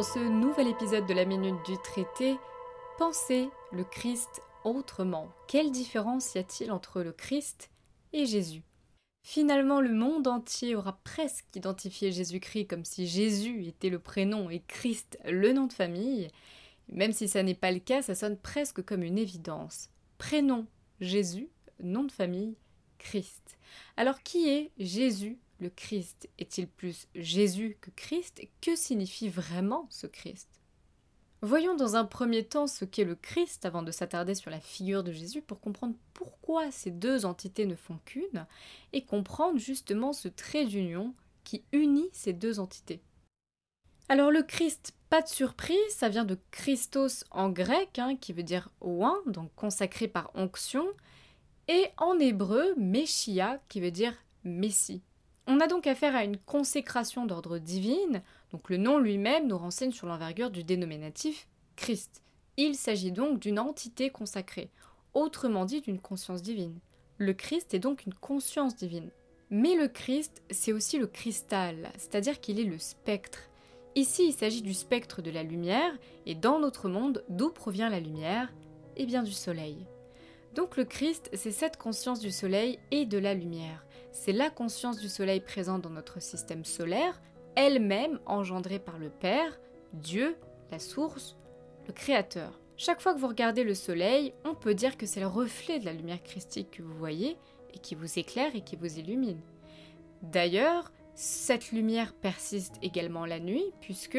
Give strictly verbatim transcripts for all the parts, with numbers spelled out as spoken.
ce nouvel épisode de la Minute du Traité. Pensez le Christ autrement. Quelle différence y a-t-il entre le Christ et Jésus ? Finalement, le monde entier aura presque identifié Jésus-Christ comme si Jésus était le prénom et Christ le nom de famille. Même si ça n'est pas le cas, ça sonne presque comme une évidence. Prénom Jésus, nom de famille Christ. Alors qui est Jésus le Christ? Est-il plus Jésus que Christ? Que signifie vraiment ce Christ? Voyons dans un premier temps ce qu'est le Christ avant de s'attarder sur la figure de Jésus pour comprendre pourquoi ces deux entités ne font qu'une et comprendre justement ce trait d'union qui unit ces deux entités. Alors le Christ, pas de surprise, ça vient de Christos en grec, hein, qui veut dire oint, donc consacré par onction, et en hébreu, Meshia, qui veut dire Messie. On a donc affaire à une consécration d'ordre divine, donc le nom lui-même nous renseigne sur l'envergure du dénominatif Christ. Il s'agit donc d'une entité consacrée, autrement dit d'une conscience divine. Le Christ est donc une conscience divine. Mais le Christ, c'est aussi le cristal, c'est-à-dire qu'il est le spectre. Ici, il s'agit du spectre de la lumière, et dans notre monde, d'où provient la lumière? Eh bien du soleil. Donc le Christ, c'est cette conscience du soleil et de la lumière. C'est la conscience du soleil présente dans notre système solaire, elle-même engendrée par le Père, Dieu, la source, le Créateur. Chaque fois que vous regardez le soleil, on peut dire que c'est le reflet de la lumière christique que vous voyez et qui vous éclaire et qui vous illumine. D'ailleurs, cette lumière persiste également la nuit puisque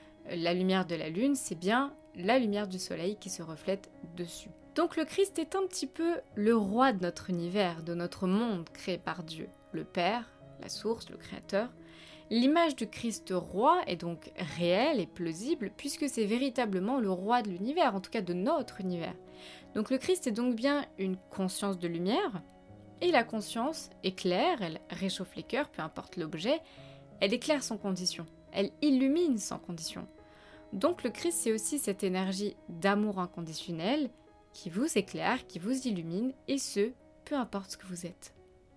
la lumière de la lune, c'est bien la lumière du soleil qui se reflète dessus. Donc le Christ est un petit peu le roi de notre univers, de notre monde créé par Dieu, le Père, la source, le Créateur. L'image du Christ roi est donc réelle et plausible puisque c'est véritablement le roi de l'univers, en tout cas de notre univers. Donc le Christ est donc bien une conscience de lumière, et la conscience éclaire, elle réchauffe les cœurs, peu importe l'objet, elle éclaire sans condition, elle illumine sans condition. Donc le Christ c'est aussi cette énergie d'amour inconditionnel qui vous éclaire, qui vous illumine, et ce, peu importe ce que vous êtes.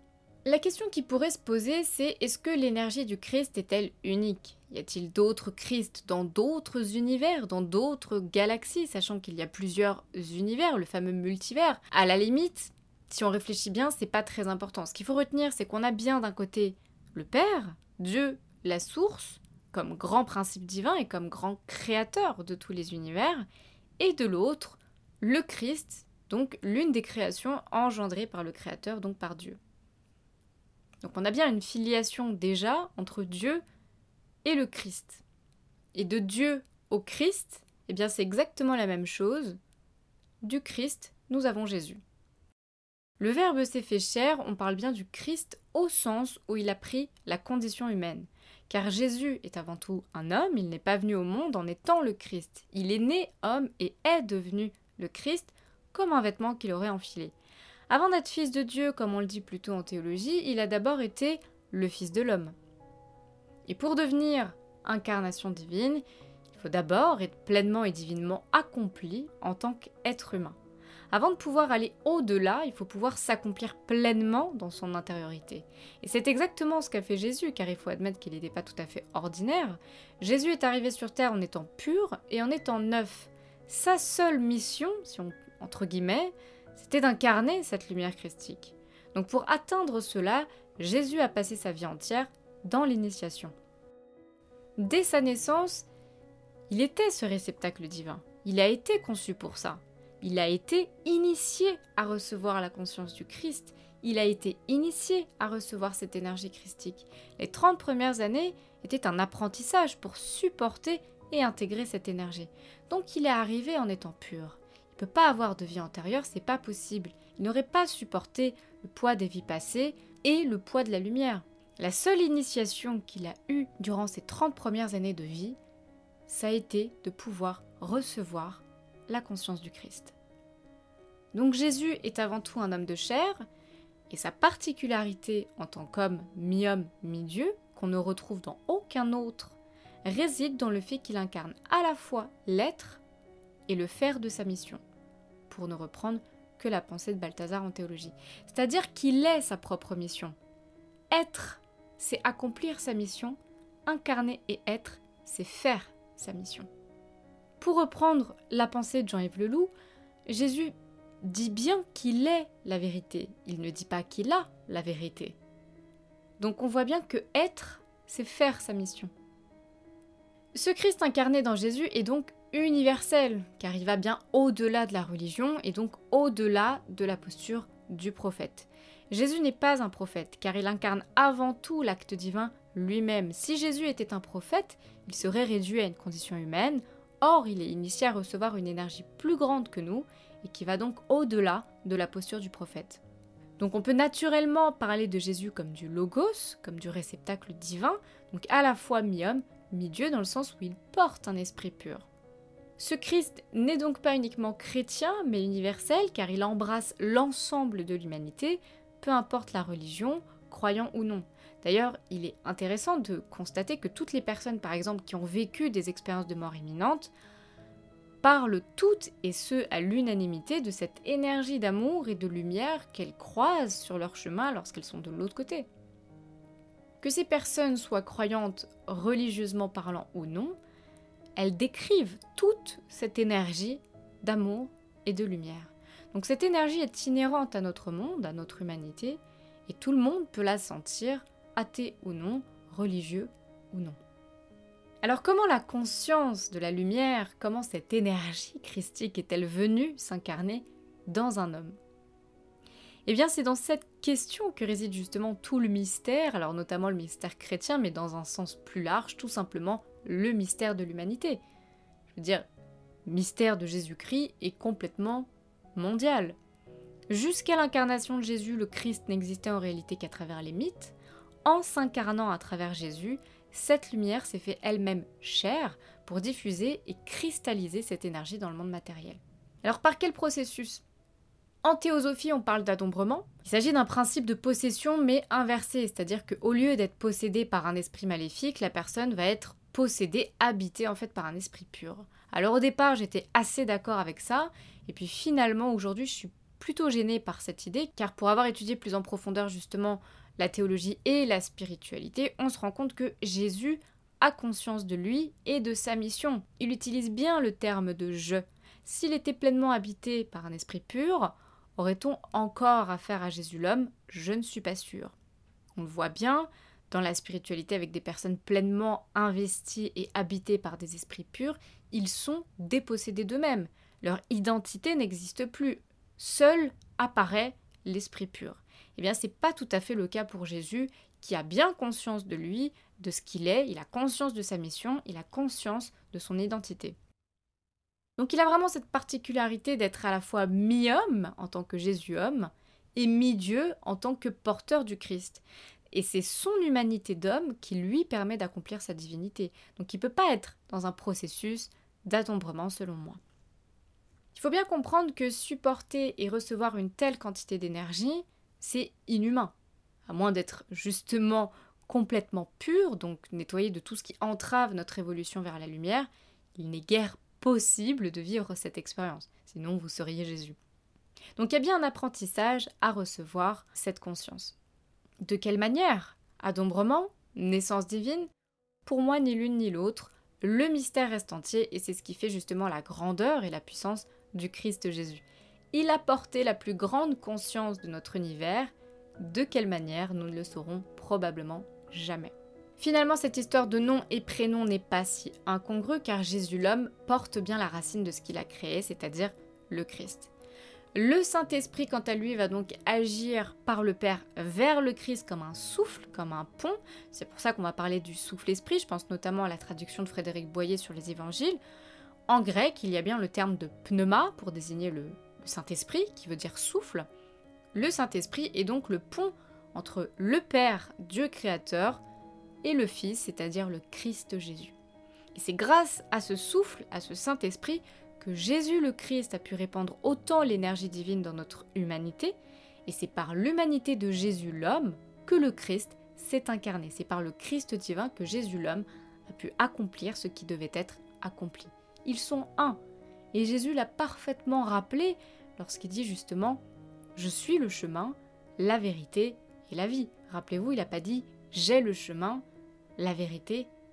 La question qui pourrait se poser, c'est est-ce que l'énergie du Christ est-elle unique? Y a-t-il d'autres Christ dans d'autres univers, dans d'autres galaxies, sachant qu'il y a plusieurs univers, le fameux multivers? À la limite, si on réfléchit bien, c'est pas très important. Ce qu'il faut retenir, c'est qu'on a bien d'un côté le Père, Dieu, la source, comme grand principe divin et comme grand créateur de tous les univers, et de l'autre, le Christ, donc l'une des créations engendrées par le Créateur, donc par Dieu. Donc on a bien une filiation déjà entre Dieu et le Christ. Et de Dieu au Christ, eh bien c'est exactement la même chose. Du Christ, nous avons Jésus. Le Verbe s'est fait chair, on parle bien du Christ au sens où il a pris la condition humaine. Car Jésus est avant tout un homme, il n'est pas venu au monde en étant le Christ. Il est né homme et est devenu le Christ comme un vêtement qu'il aurait enfilé. Avant d'être fils de Dieu, comme on le dit plutôt en théologie, il a d'abord été le fils de l'homme. Et pour devenir incarnation divine, il faut d'abord être pleinement et divinement accompli en tant qu'être humain. Avant de pouvoir aller au-delà, il faut pouvoir s'accomplir pleinement dans son intériorité. Et c'est exactement ce qu'a fait Jésus, car il faut admettre qu'il n'était pas tout à fait ordinaire. Jésus est arrivé sur terre en étant pur et en étant neuf. Sa seule mission, si on, entre guillemets, c'était d'incarner cette lumière christique. Donc pour atteindre cela, Jésus a passé sa vie entière dans l'initiation. Dès sa naissance, il était ce réceptacle divin. Il a été conçu pour ça. Il a été initié à recevoir la conscience du Christ. Il a été initié à recevoir cette énergie christique. Les trente premières années étaient un apprentissage pour supporter et intégrer cette énergie. Donc il est arrivé en étant pur. Il ne peut pas avoir de vie antérieure, c'est pas possible. Il n'aurait pas supporté le poids des vies passées et le poids de la lumière. La seule initiation qu'il a eue durant ces trente premières années de vie, ça a été de pouvoir recevoir la conscience du Christ. Donc Jésus est avant tout un homme de chair, et sa particularité en tant qu'homme mi-homme, mi-dieu, qu'on ne retrouve dans aucun autre, réside dans le fait qu'il incarne à la fois l'être et le faire de sa mission, pour ne reprendre que la pensée de Balthazar en théologie. C'est-à-dire qu'il est sa propre mission. Être, c'est accomplir sa mission, incarner et être, c'est faire sa mission. Pour reprendre la pensée de Jean-Yves Leloup, Jésus dit bien qu'il est la vérité. Il ne dit pas qu'il a la vérité. Donc on voit bien que être, c'est faire sa mission. Ce Christ incarné dans Jésus est donc universel, car il va bien au-delà de la religion et donc au-delà de la posture du prophète. Jésus n'est pas un prophète, car il incarne avant tout l'acte divin lui-même. Si Jésus était un prophète, il serait réduit à une condition humaine. Or, il est initié à recevoir une énergie plus grande que nous et qui va donc au-delà de la posture du prophète. Donc on peut naturellement parler de Jésus comme du logos, comme du réceptacle divin, donc à la fois mi-homme, mi-dieu dans le sens où il porte un esprit pur. Ce Christ n'est donc pas uniquement chrétien, mais universel, car il embrasse l'ensemble de l'humanité, peu importe la religion, croyant ou non. D'ailleurs, il est intéressant de constater que toutes les personnes, par exemple, qui ont vécu des expériences de mort imminente, parlent toutes et ce à l'unanimité de cette énergie d'amour et de lumière qu'elles croisent sur leur chemin lorsqu'elles sont de l'autre côté. Que ces personnes soient croyantes religieusement parlant ou non, elles décrivent toute cette énergie d'amour et de lumière. Donc cette énergie est inhérente à notre monde, à notre humanité, et tout le monde peut la sentir, athée ou non, religieux ou non. Alors comment la conscience de la lumière, comment cette énergie christique est-elle venue s'incarner dans un homme ? Eh bien c'est dans cette question que réside justement tout le mystère, alors notamment le mystère chrétien, mais dans un sens plus large, tout simplement le mystère de l'humanité. Je veux dire, le mystère de Jésus-Christ est complètement mondial. Jusqu'à l'incarnation de Jésus, le Christ n'existait en réalité qu'à travers les mythes. En s'incarnant à travers Jésus, cette lumière s'est fait elle-même chair pour diffuser et cristalliser cette énergie dans le monde matériel. Alors par quel processus ? En théosophie, on parle d'adombrement. Il s'agit d'un principe de possession mais inversé, c'est-à-dire qu'au lieu d'être possédé par un esprit maléfique, la personne va être possédée, habitée en fait par un esprit pur. Alors au départ, j'étais assez d'accord avec ça, et puis finalement aujourd'hui, je suis plutôt gênée par cette idée, car pour avoir étudié plus en profondeur justement la théologie et la spiritualité, on se rend compte que Jésus a conscience de lui et de sa mission. Il utilise bien le terme de « je ». S'il était pleinement habité par un esprit pur, aurait-on encore affaire à Jésus l'homme ? Je ne suis pas sûre. On le voit bien dans la spiritualité avec des personnes pleinement investies et habitées par des esprits purs, ils sont dépossédés d'eux-mêmes. Leur identité n'existe plus. Seul apparaît l'esprit pur. Eh bien, ce n'est pas tout à fait le cas pour Jésus, qui a bien conscience de lui, de ce qu'il est, il a conscience de sa mission, il a conscience de son identité. Donc il a vraiment cette particularité d'être à la fois mi-homme en tant que Jésus-homme et mi-dieu en tant que porteur du Christ. Et c'est son humanité d'homme qui lui permet d'accomplir sa divinité. Donc il ne peut pas être dans un processus d'adombrement selon moi. Il faut bien comprendre que supporter et recevoir une telle quantité d'énergie, c'est inhumain. À moins d'être justement complètement pur, donc nettoyé de tout ce qui entrave notre évolution vers la lumière, il n'est guère possible de vivre cette expérience. Sinon, vous seriez Jésus. Donc il y a bien un apprentissage à recevoir cette conscience. De quelle manière ? Adombrement ? Naissance divine ? Pour moi, ni l'une ni l'autre. Le mystère reste entier et c'est ce qui fait justement la grandeur et la puissance du Christ Jésus. Il a porté la plus grande conscience de notre univers. De quelle manière ? Nous ne le saurons probablement jamais. Finalement, cette histoire de nom et prénom n'est pas si incongrue car Jésus l'homme porte bien la racine de ce qu'il a créé, c'est-à-dire le Christ. Le Saint-Esprit, quant à lui, va donc agir par le Père vers le Christ comme un souffle, comme un pont. C'est pour ça qu'on va parler du souffle-esprit. Je pense notamment à la traduction de Frédéric Boyer sur les évangiles. En grec, il y a bien le terme de pneuma pour désigner le, le Saint-Esprit, qui veut dire souffle. Le Saint-Esprit est donc le pont entre le Père, Dieu créateur, et le Fils, c'est-à-dire le Christ Jésus. Et c'est grâce à ce souffle, à ce Saint-Esprit, que Jésus le Christ a pu répandre autant l'énergie divine dans notre humanité, et c'est par l'humanité de Jésus l'homme que le Christ s'est incarné. C'est par le Christ divin que Jésus l'homme a pu accomplir ce qui devait être accompli. Ils sont un, et Jésus l'a parfaitement rappelé lorsqu'il dit justement « Je suis le chemin, la vérité et la vie ». Rappelez-vous, il n'a pas dit « J'ai le chemin, la vérité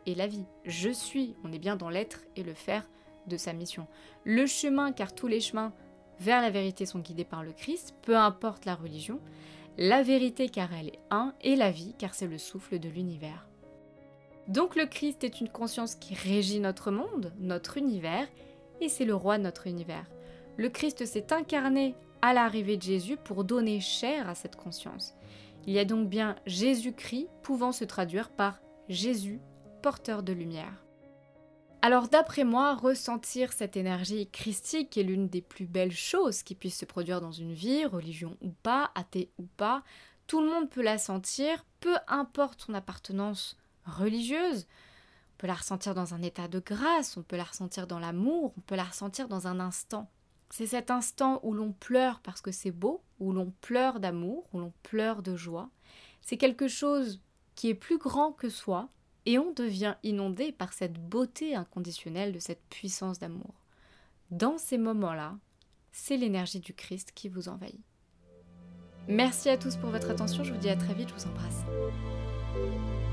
et la vie. Je suis, on est bien dans l'être et le faire de sa mission. Le chemin, car tous les chemins vers la vérité sont guidés par le Christ, peu importe la religion. La vérité, car elle est un, et la vie, car c'est le souffle de l'univers. Donc le Christ est une conscience qui régit notre monde, notre univers, et c'est le roi de notre univers. Le Christ s'est incarné à l'arrivée de Jésus pour donner chair à cette conscience. Il y a donc bien Jésus-Christ pouvant se traduire par Jésus, porteur de lumière. Alors d'après moi, ressentir cette énergie christique est l'une des plus belles choses qui puissent se produire dans une vie, religion ou pas, athée ou pas. Tout le monde peut la sentir, peu importe son appartenance religieuse. On peut la ressentir dans un état de grâce, on peut la ressentir dans l'amour, on peut la ressentir dans un instant. C'est cet instant où l'on pleure parce que c'est beau, où l'on pleure d'amour, où l'on pleure de joie. C'est quelque chose qui est plus grand que soi et on devient inondé par cette beauté inconditionnelle de cette puissance d'amour. Dans ces moments-là, c'est l'énergie du Christ qui vous envahit. Merci à tous pour votre attention, je vous dis à très vite, je vous embrasse.